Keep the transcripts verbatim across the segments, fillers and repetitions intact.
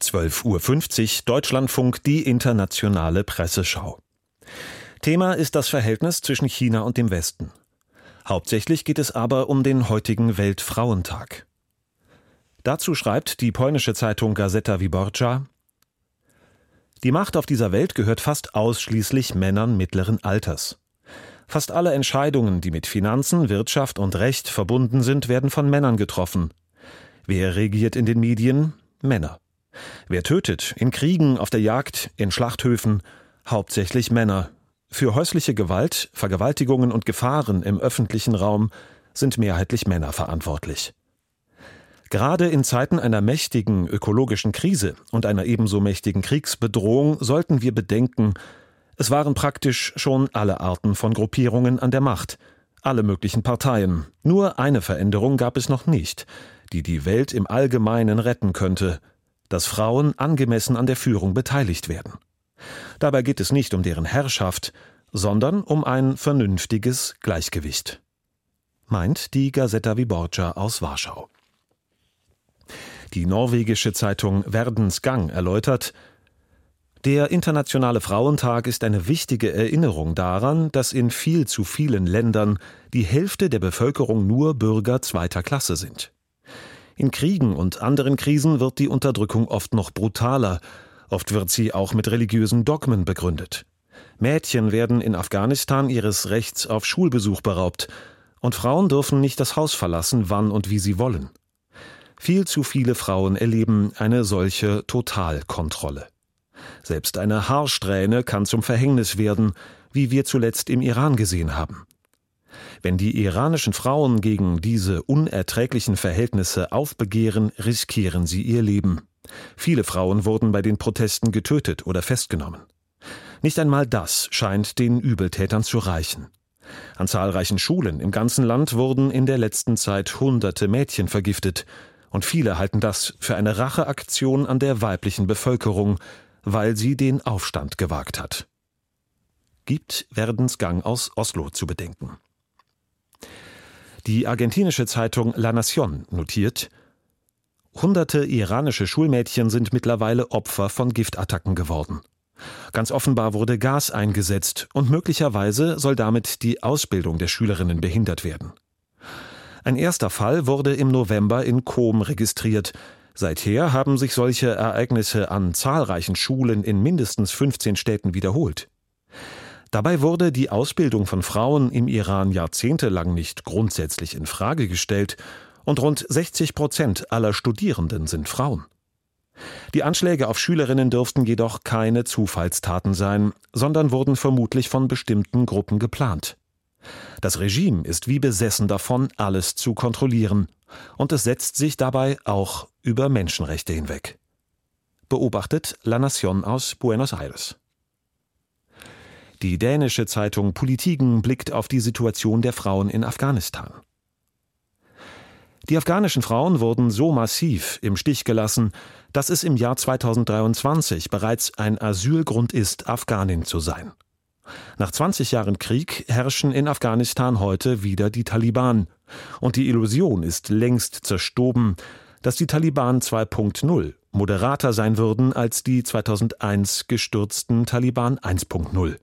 zwölf Uhr fünfzig, Deutschlandfunk, die internationale Presseschau. Thema ist das Verhältnis zwischen China und dem Westen. Hauptsächlich geht es aber um den heutigen Weltfrauentag. Dazu schreibt die polnische Zeitung Gazeta Wyborcza: Die Macht auf dieser Welt gehört fast ausschließlich Männern mittleren Alters. Fast alle Entscheidungen, die mit Finanzen, Wirtschaft und Recht verbunden sind, werden von Männern getroffen. Wer regiert in den Medien? Männer. Wer tötet? In Kriegen, auf der Jagd, in Schlachthöfen? Hauptsächlich Männer. Für häusliche Gewalt, Vergewaltigungen und Gefahren im öffentlichen Raum sind mehrheitlich Männer verantwortlich. Gerade in Zeiten einer mächtigen ökologischen Krise und einer ebenso mächtigen Kriegsbedrohung sollten wir bedenken, es waren praktisch schon alle Arten von Gruppierungen an der Macht, alle möglichen Parteien. Nur eine Veränderung gab es noch nicht, die die Welt im Allgemeinen retten könnte: dass Frauen angemessen an der Führung beteiligt werden. Dabei geht es nicht um deren Herrschaft, sondern um ein vernünftiges Gleichgewicht. Meint die Gazeta Wyborcza aus Warschau. Die norwegische Zeitung Verdens Gang erläutert: Der Internationale Frauentag ist eine wichtige Erinnerung daran, dass in viel zu vielen Ländern die Hälfte der Bevölkerung nur Bürger zweiter Klasse sind. In Kriegen und anderen Krisen wird die Unterdrückung oft noch brutaler, oft wird sie auch mit religiösen Dogmen begründet. Mädchen werden in Afghanistan ihres Rechts auf Schulbesuch beraubt und Frauen dürfen nicht das Haus verlassen, wann und wie sie wollen. Viel zu viele Frauen erleben eine solche Totalkontrolle. Selbst eine Haarsträhne kann zum Verhängnis werden, wie wir zuletzt im Iran gesehen haben. Wenn die iranischen Frauen gegen diese unerträglichen Verhältnisse aufbegehren, riskieren sie ihr Leben. Viele Frauen wurden bei den Protesten getötet oder festgenommen. Nicht einmal das scheint den Übeltätern zu reichen. An zahlreichen Schulen im ganzen Land wurden in der letzten Zeit hunderte Mädchen vergiftet, und viele halten das für eine Racheaktion an der weiblichen Bevölkerung, weil sie den Aufstand gewagt hat. Gibt Verdens Gang aus Oslo zu bedenken. Die argentinische Zeitung La Nación notiert: Hunderte iranische Schulmädchen sind mittlerweile Opfer von Giftattacken geworden. Ganz offenbar wurde Gas eingesetzt und möglicherweise soll damit die Ausbildung der Schülerinnen behindert werden. Ein erster Fall wurde im November in Qom registriert. Seither haben sich solche Ereignisse an zahlreichen Schulen in mindestens fünfzehn Städten wiederholt. Dabei wurde die Ausbildung von Frauen im Iran jahrzehntelang nicht grundsätzlich in Frage gestellt und rund sechzig Prozent aller Studierenden sind Frauen. Die Anschläge auf Schülerinnen dürften jedoch keine Zufallstaten sein, sondern wurden vermutlich von bestimmten Gruppen geplant. Das Regime ist wie besessen davon, alles zu kontrollieren, und es setzt sich dabei auch über Menschenrechte hinweg. Beobachtet La Nación aus Buenos Aires. Die dänische Zeitung Politiken blickt auf die Situation der Frauen in Afghanistan. Die afghanischen Frauen wurden so massiv im Stich gelassen, dass es im Jahr zweitausenddreiundzwanzig bereits ein Asylgrund ist, Afghanin zu sein. Nach zwanzig Jahren Krieg herrschen in Afghanistan heute wieder die Taliban. Und die Illusion ist längst zerstoben, dass die Taliban zwei Punkt null moderater sein würden als die zweitausendeins gestürzten Taliban eins Punkt null.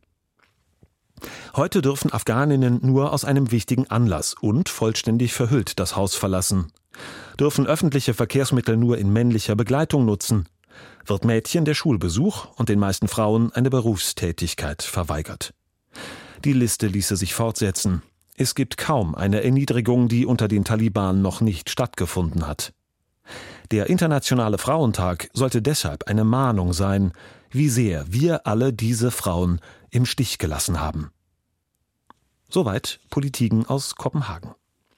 Heute dürfen Afghaninnen nur aus einem wichtigen Anlass und vollständig verhüllt das Haus verlassen, dürfen öffentliche Verkehrsmittel nur in männlicher Begleitung nutzen, wird Mädchen der Schulbesuch und den meisten Frauen eine Berufstätigkeit verweigert. Die Liste ließe sich fortsetzen. Es gibt kaum eine Erniedrigung, die unter den Taliban noch nicht stattgefunden hat. Der Internationale Frauentag sollte deshalb eine Mahnung sein, wie sehr wir alle diese Frauen im Stich gelassen haben. Soweit Politiken aus Kopenhagen.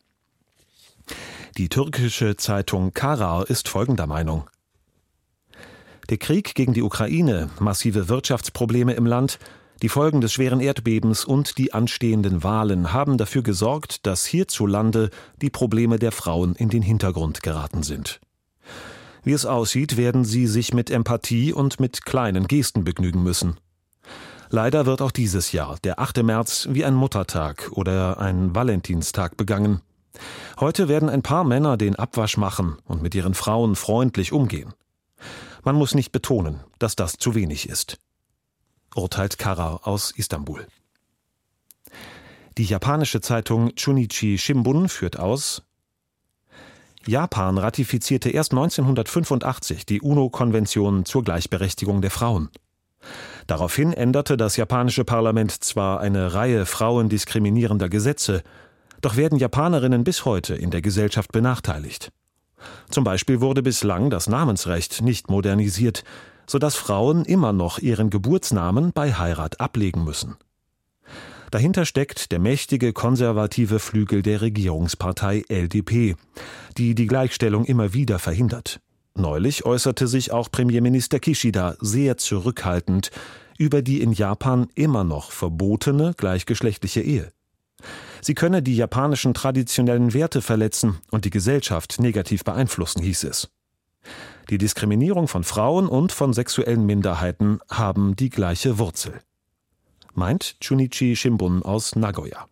Die türkische Zeitung Karar ist folgender Meinung: Der Krieg gegen die Ukraine, massive Wirtschaftsprobleme im Land, die Folgen des schweren Erdbebens und die anstehenden Wahlen haben dafür gesorgt, dass hierzulande die Probleme der Frauen in den Hintergrund geraten sind. Wie es aussieht, werden sie sich mit Empathie und mit kleinen Gesten begnügen müssen. Leider wird auch dieses Jahr der achte März wie ein Muttertag oder ein Valentinstag begangen. Heute werden ein paar Männer den Abwasch machen und mit ihren Frauen freundlich umgehen. Man muss nicht betonen, dass das zu wenig ist. Urteilt Kara aus Istanbul. Die japanische Zeitung Chunichi Shimbun führt aus: Japan ratifizierte erst neunzehnhundertfünfundachtzig die UNO-Konvention zur Gleichberechtigung der Frauen. Daraufhin änderte das japanische Parlament zwar eine Reihe frauendiskriminierender Gesetze, doch werden Japanerinnen bis heute in der Gesellschaft benachteiligt. Zum Beispiel wurde bislang das Namensrecht nicht modernisiert, sodass Frauen immer noch ihren Geburtsnamen bei Heirat ablegen müssen. Dahinter steckt der mächtige konservative Flügel der Regierungspartei L D P, die die Gleichstellung immer wieder verhindert. Neulich äußerte sich auch Premierminister Kishida sehr zurückhaltend über die in Japan immer noch verbotene gleichgeschlechtliche Ehe. Sie könne die japanischen traditionellen Werte verletzen und die Gesellschaft negativ beeinflussen, hieß es. Die Diskriminierung von Frauen und von sexuellen Minderheiten haben die gleiche Wurzel, meint Chunichi Shimbun aus Nagoya.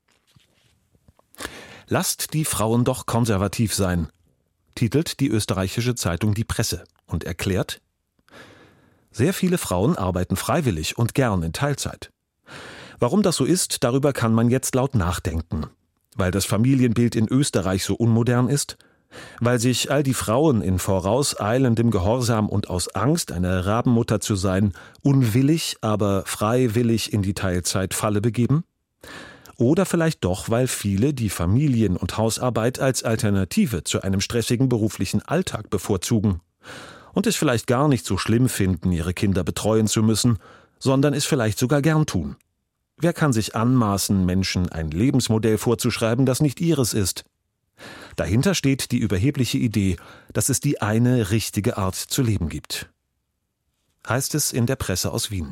Lasst die Frauen doch konservativ sein, titelt die österreichische Zeitung Die Presse und erklärt: Sehr viele Frauen arbeiten freiwillig und gern in Teilzeit. Warum das so ist, darüber kann man jetzt laut nachdenken. Weil das Familienbild in Österreich so unmodern ist? Weil sich all die Frauen in vorauseilendem Gehorsam und aus Angst, eine Rabenmutter zu sein, unwillig, aber freiwillig in die Teilzeitfalle begeben? Oder vielleicht doch, weil viele die Familien- und Hausarbeit als Alternative zu einem stressigen beruflichen Alltag bevorzugen und es vielleicht gar nicht so schlimm finden, ihre Kinder betreuen zu müssen, sondern es vielleicht sogar gern tun. Wer kann sich anmaßen, Menschen ein Lebensmodell vorzuschreiben, das nicht ihres ist? Dahinter steht die überhebliche Idee, dass es die eine richtige Art zu leben gibt. Heißt es in der Presse aus Wien.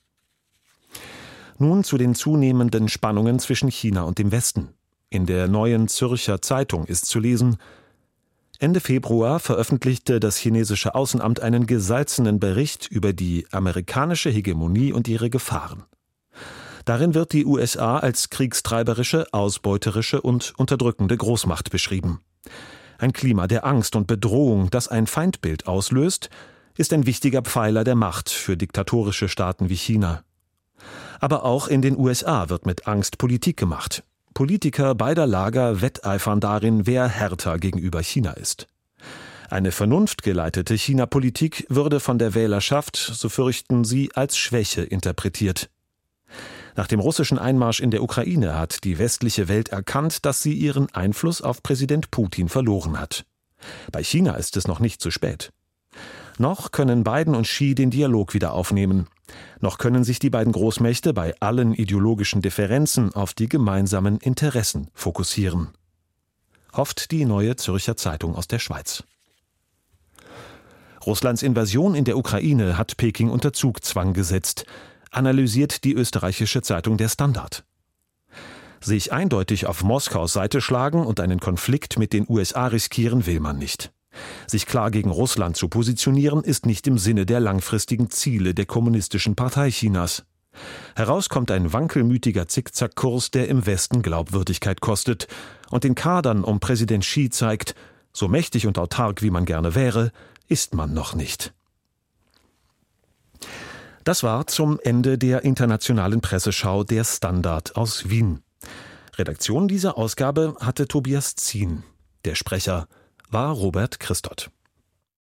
Nun zu den zunehmenden Spannungen zwischen China und dem Westen. In der Neuen Zürcher Zeitung ist zu lesen: Ende Februar veröffentlichte das chinesische Außenamt einen gesalzenen Bericht über die amerikanische Hegemonie und ihre Gefahren. Darin wird die U S A als kriegstreiberische, ausbeuterische und unterdrückende Großmacht beschrieben. Ein Klima der Angst und Bedrohung, das ein Feindbild auslöst, ist ein wichtiger Pfeiler der Macht für diktatorische Staaten wie China. Aber auch in den U S A wird mit Angst Politik gemacht. Politiker beider Lager wetteifern darin, wer härter gegenüber China ist. Eine vernunftgeleitete China-Politik würde von der Wählerschaft, so fürchten sie, als Schwäche interpretiert. Nach dem russischen Einmarsch in der Ukraine hat die westliche Welt erkannt, dass sie ihren Einfluss auf Präsident Putin verloren hat. Bei China ist es noch nicht zu spät. Noch können Biden und Xi den Dialog wieder aufnehmen. Noch können sich die beiden Großmächte bei allen ideologischen Differenzen auf die gemeinsamen Interessen fokussieren. Hofft die Neue Zürcher Zeitung aus der Schweiz. Russlands Invasion in der Ukraine hat Peking unter Zugzwang gesetzt, analysiert die österreichische Zeitung Der Standard. Sich eindeutig auf Moskaus Seite schlagen und einen Konflikt mit den U S A riskieren will man nicht. Sich klar gegen Russland zu positionieren, ist nicht im Sinne der langfristigen Ziele der Kommunistischen Partei Chinas. Heraus kommt ein wankelmütiger Zickzackkurs, der im Westen Glaubwürdigkeit kostet und den Kadern um Präsident Xi zeigt, so mächtig und autark wie man gerne wäre, ist man noch nicht. Das war zum Ende der internationalen Presseschau Der Standard aus Wien. Redaktion dieser Ausgabe hatte Tobias Zien. Der Sprecher war Robert Christoth.